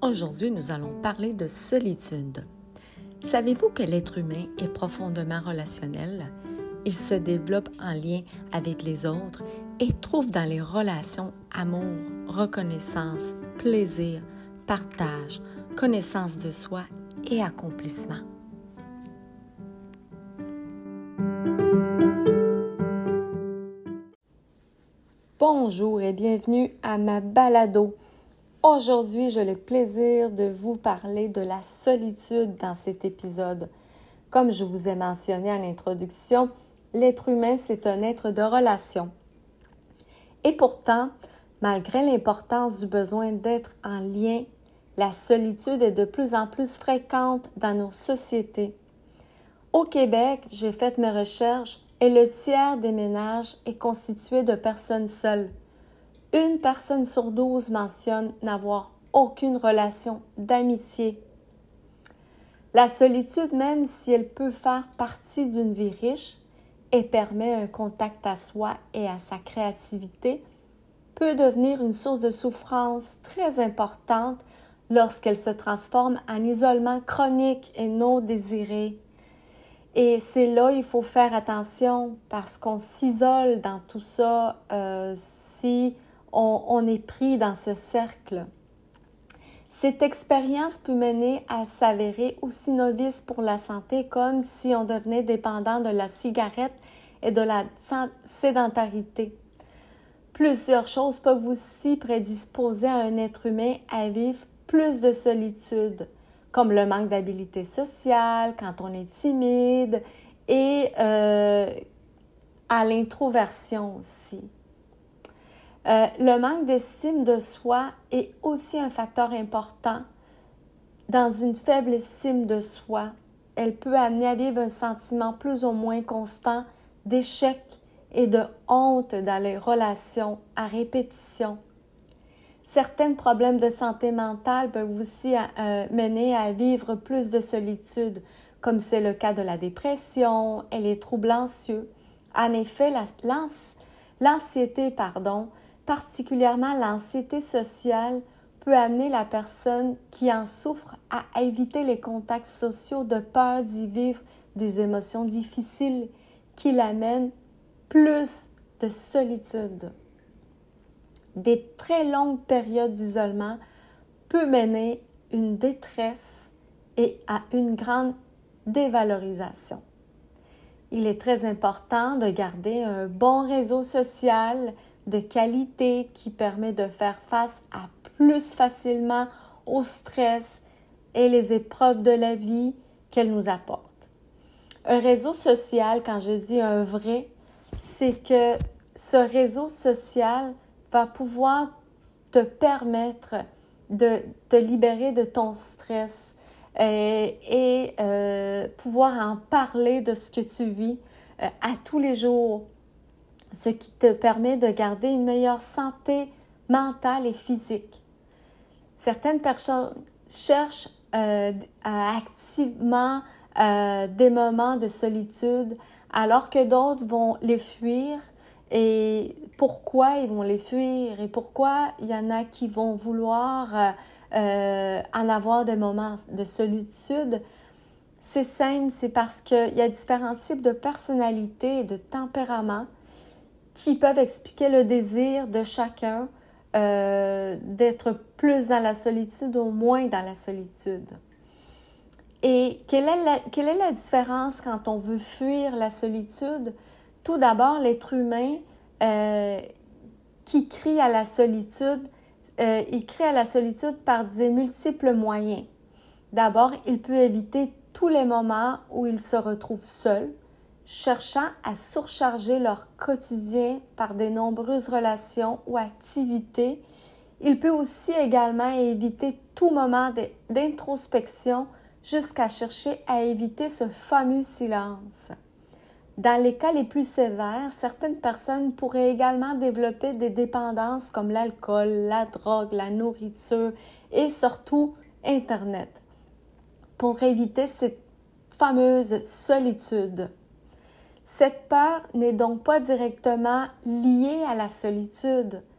Aujourd'hui, nous allons parler de solitude. Savez-vous que l'être humain est profondément relationnel? Il se développe en lien avec les autres et trouve dans les relations amour, reconnaissance, plaisir, partage, connaissance de soi et accomplissement. Bonjour et bienvenue à ma balado. Aujourd'hui, j'ai le plaisir de vous parler de la solitude dans cet épisode. Comme je vous ai mentionné en introduction, l'être humain, c'est un être de relation. Et pourtant, malgré l'importance du besoin d'être en lien, la solitude est de plus en plus fréquente dans nos sociétés. Au Québec, j'ai fait mes recherches et le tiers des ménages est constitué de personnes seules. Une personne sur 12 mentionne n'avoir aucune relation d'amitié. La solitude, même si elle peut faire partie d'une vie riche et permet un contact à soi et à sa créativité, peut devenir une source de souffrance très importante lorsqu'elle se transforme en isolement chronique et non désiré. Et c'est là il faut faire attention parce qu'on s'isole dans tout ça si on est pris dans ce cercle. Cette expérience peut mener à s'avérer aussi novice pour la santé comme si on devenait dépendant de la cigarette et de la sédentarité. Plusieurs choses peuvent aussi prédisposer à un être humain à vivre plus de solitude, comme le manque d'habileté sociale, quand on est timide et à l'introversion aussi. Le manque d'estime de soi est aussi un facteur important. Dans une faible estime de soi, elle peut amener à vivre un sentiment plus ou moins constant d'échec et de honte dans les relations à répétition. Certains problèmes de santé mentale peuvent aussi mener à vivre plus de solitude, comme c'est le cas de la dépression et les troubles anxieux. En effet, l'anxiété, particulièrement l'anxiété sociale, peut amener la personne qui en souffre à éviter les contacts sociaux de peur d'y vivre des émotions difficiles qui l'amènent plus de solitude. Des très longues périodes d'isolement peuvent mener une détresse et à une grande dévalorisation. Il est très important de garder un bon réseau social de qualité qui permet de faire face à plus facilement au stress et les épreuves de la vie qu'elle nous apporte. Un réseau social, quand je dis un vrai, c'est que ce réseau social va pouvoir te permettre de te libérer de ton stress et pouvoir en parler de ce que tu vis à tous les jours, ce qui te permet de garder une meilleure santé mentale et physique. Certaines personnes cherchent activement des moments de solitude alors que d'autres vont les fuir. Et pourquoi ils vont les fuir et pourquoi il y en a qui vont vouloir en avoir des moments de solitude? C'est simple, c'est parce qu'il y a différents types de personnalités et de tempéraments qui peuvent expliquer le désir de chacun d'être plus dans la solitude ou moins dans la solitude. Et quelle est la différence quand on veut fuir la solitude? Tout d'abord, l'être humain qui crie à la solitude, il crie à la solitude par des multiples moyens. D'abord, il peut éviter tous les moments où il se retrouve seul, cherchant à surcharger leur quotidien par de nombreuses relations ou activités. Il peut aussi également éviter tout moment d'introspection jusqu'à chercher à éviter ce fameux silence. Dans les cas les plus sévères, certaines personnes pourraient également développer des dépendances comme l'alcool, la drogue, la nourriture et surtout Internet pour éviter cette fameuse solitude. Cette peur n'est donc pas directement liée à la solitude,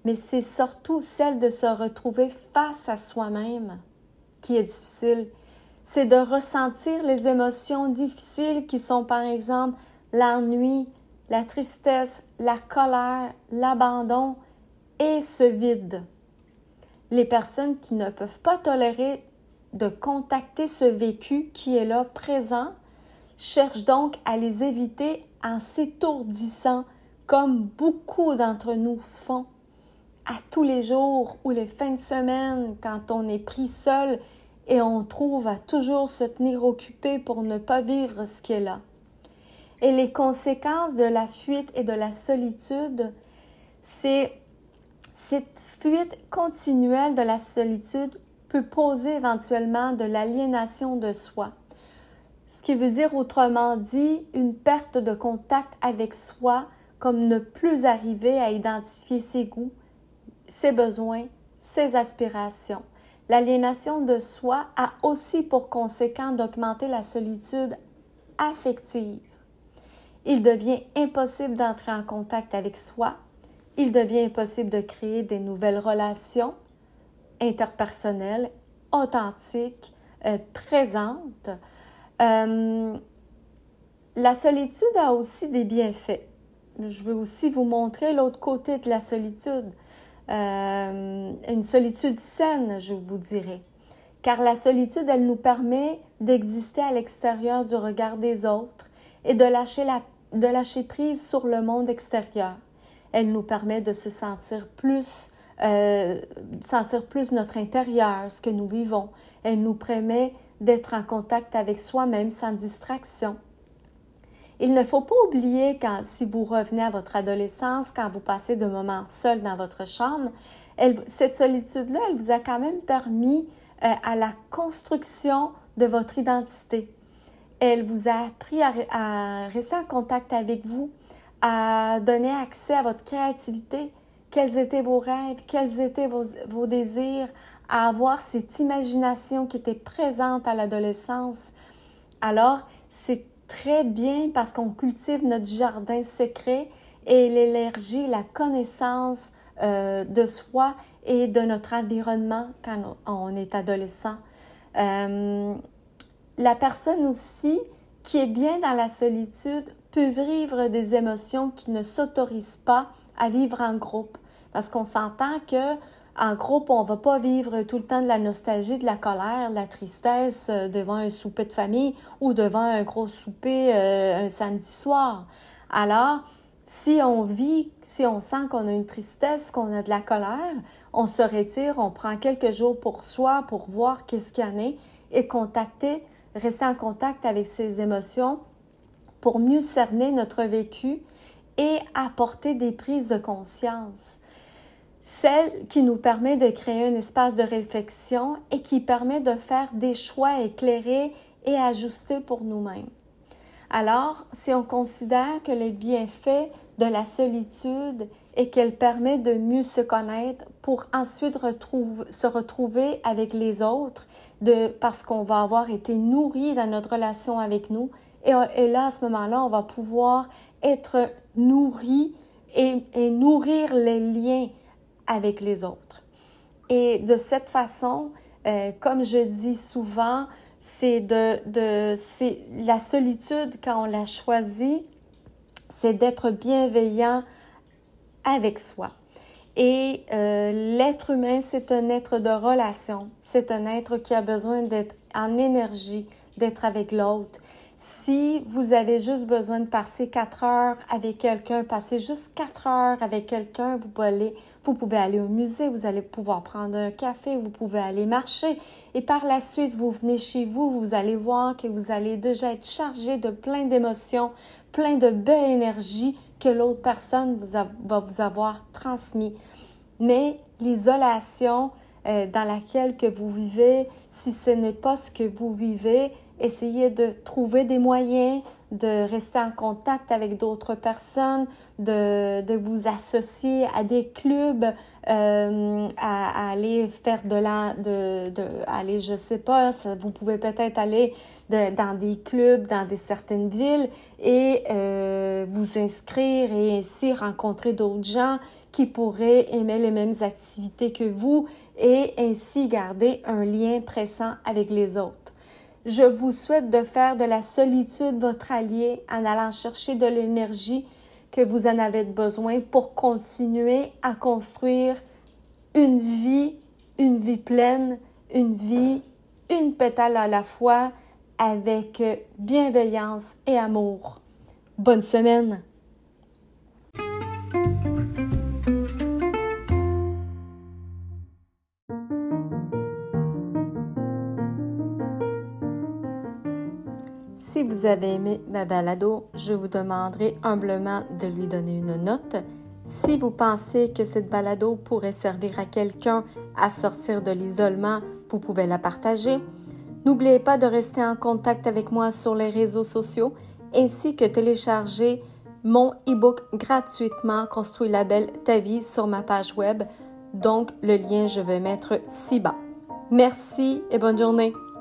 mais c'est surtout celle de se retrouver face à soi-même qui est difficile. C'est de ressentir les émotions difficiles qui sont par exemple l'ennui, la tristesse, la colère, l'abandon et ce vide. Les personnes qui ne peuvent pas tolérer de contacter ce vécu qui est là, présent, cherchent donc à les éviter en s'étourdissant, comme beaucoup d'entre nous font. À tous les jours ou les fins de semaine, quand on est pris seul et on trouve à toujours se tenir occupé pour ne pas vivre ce qui est là. Et les conséquences de la fuite et de la solitude, c'est cette fuite continuelle de la solitude peut poser éventuellement de l'aliénation de soi. Ce qui veut dire autrement dit une perte de contact avec soi, comme ne plus arriver à identifier ses goûts, ses besoins, ses aspirations. L'aliénation de soi a aussi pour conséquence d'augmenter la solitude affective. Il devient impossible d'entrer en contact avec soi. Il devient impossible de créer des nouvelles relations interpersonnelles, authentiques, présentes. La solitude a aussi des bienfaits. Je veux aussi vous montrer l'autre côté de la solitude. Une solitude saine, je vous dirais. Car la solitude, elle nous permet d'exister à l'extérieur du regard des autres et de lâcher prise sur le monde extérieur. Elle nous permet de se sentir plus notre intérieur, ce que nous vivons. Elle nous permet d'être en contact avec soi-même sans distraction. Il ne faut pas oublier si vous revenez à votre adolescence, quand vous passez de moments seuls dans votre chambre, cette solitude-là, elle vous a quand même permis à la construction de votre identité. Elle vous a appris à rester en contact avec vous, à donner accès à votre créativité, quels étaient vos rêves, quels étaient vos désirs, à avoir cette imagination qui était présente à l'adolescence. Alors, c'est très bien parce qu'on cultive notre jardin secret et l'énergie, la connaissance de soi et de notre environnement quand on est adolescent. La personne aussi qui est bien dans la solitude peut vivre des émotions qui ne s'autorisent pas à vivre en groupe. Parce qu'on s'entend qu'en groupe, on ne va pas vivre tout le temps de la nostalgie, de la colère, de la tristesse devant un souper de famille ou devant un gros souper un samedi soir. Alors, si on sent qu'on a une tristesse, qu'on a de la colère, on se retire, on prend quelques jours pour soi, pour voir qu'est-ce qu'il y en est et rester en contact avec ses émotions pour mieux cerner notre vécu et apporter des prises de conscience. Celle qui nous permet de créer un espace de réflexion et qui permet de faire des choix éclairés et ajustés pour nous-mêmes. Alors, si on considère que les bienfaits de la solitude est qu'elle permet de mieux se connaître pour ensuite se retrouver avec les autres parce qu'on va avoir été nourri dans notre relation avec nous. Et là, à ce moment-là, on va pouvoir être nourri et nourrir les liens avec les autres. Et de cette façon, comme je dis souvent, c'est la solitude, quand on la choisit, c'est d'être bienveillant avec soi. Et l'être humain, c'est un être de relation. C'est un être qui a besoin d'être en énergie, d'être avec l'autre. Si vous avez juste besoin de passer 4 heures avec quelqu'un, passer juste 4 heures avec quelqu'un, vous pouvez aller au musée, vous allez pouvoir prendre un café, vous pouvez aller marcher. Et par la suite, vous venez chez vous, vous allez voir que vous allez déjà être chargé de plein d'émotions, plein de belle énergie que l'autre personne va vous avoir transmis. Mais l'isolation dans laquelle que vous vivez, si ce n'est pas ce que vous vivez, essayez de trouver des moyens de rester en contact avec d'autres personnes, de vous associer à des clubs, à aller faire aller, je sais pas, vous pouvez peut-être aller dans des clubs, dans certaines villes et vous inscrire et ainsi rencontrer d'autres gens qui pourraient aimer les mêmes activités que vous et ainsi garder un lien pressant avec les autres. Je vous souhaite de faire de la solitude votre allié en allant chercher de l'énergie que vous en avez besoin pour continuer à construire une vie pleine, une pétale à la fois avec bienveillance et amour. Bonne semaine! Si vous avez aimé ma balado, je vous demanderai humblement de lui donner une note. Si vous pensez que cette balado pourrait servir à quelqu'un à sortir de l'isolement, vous pouvez la partager. N'oubliez pas de rester en contact avec moi sur les réseaux sociaux ainsi que télécharger mon e-book gratuitement Construis la belle ta vie sur ma page web. Donc, le lien, je vais mettre ci-bas. Merci et bonne journée!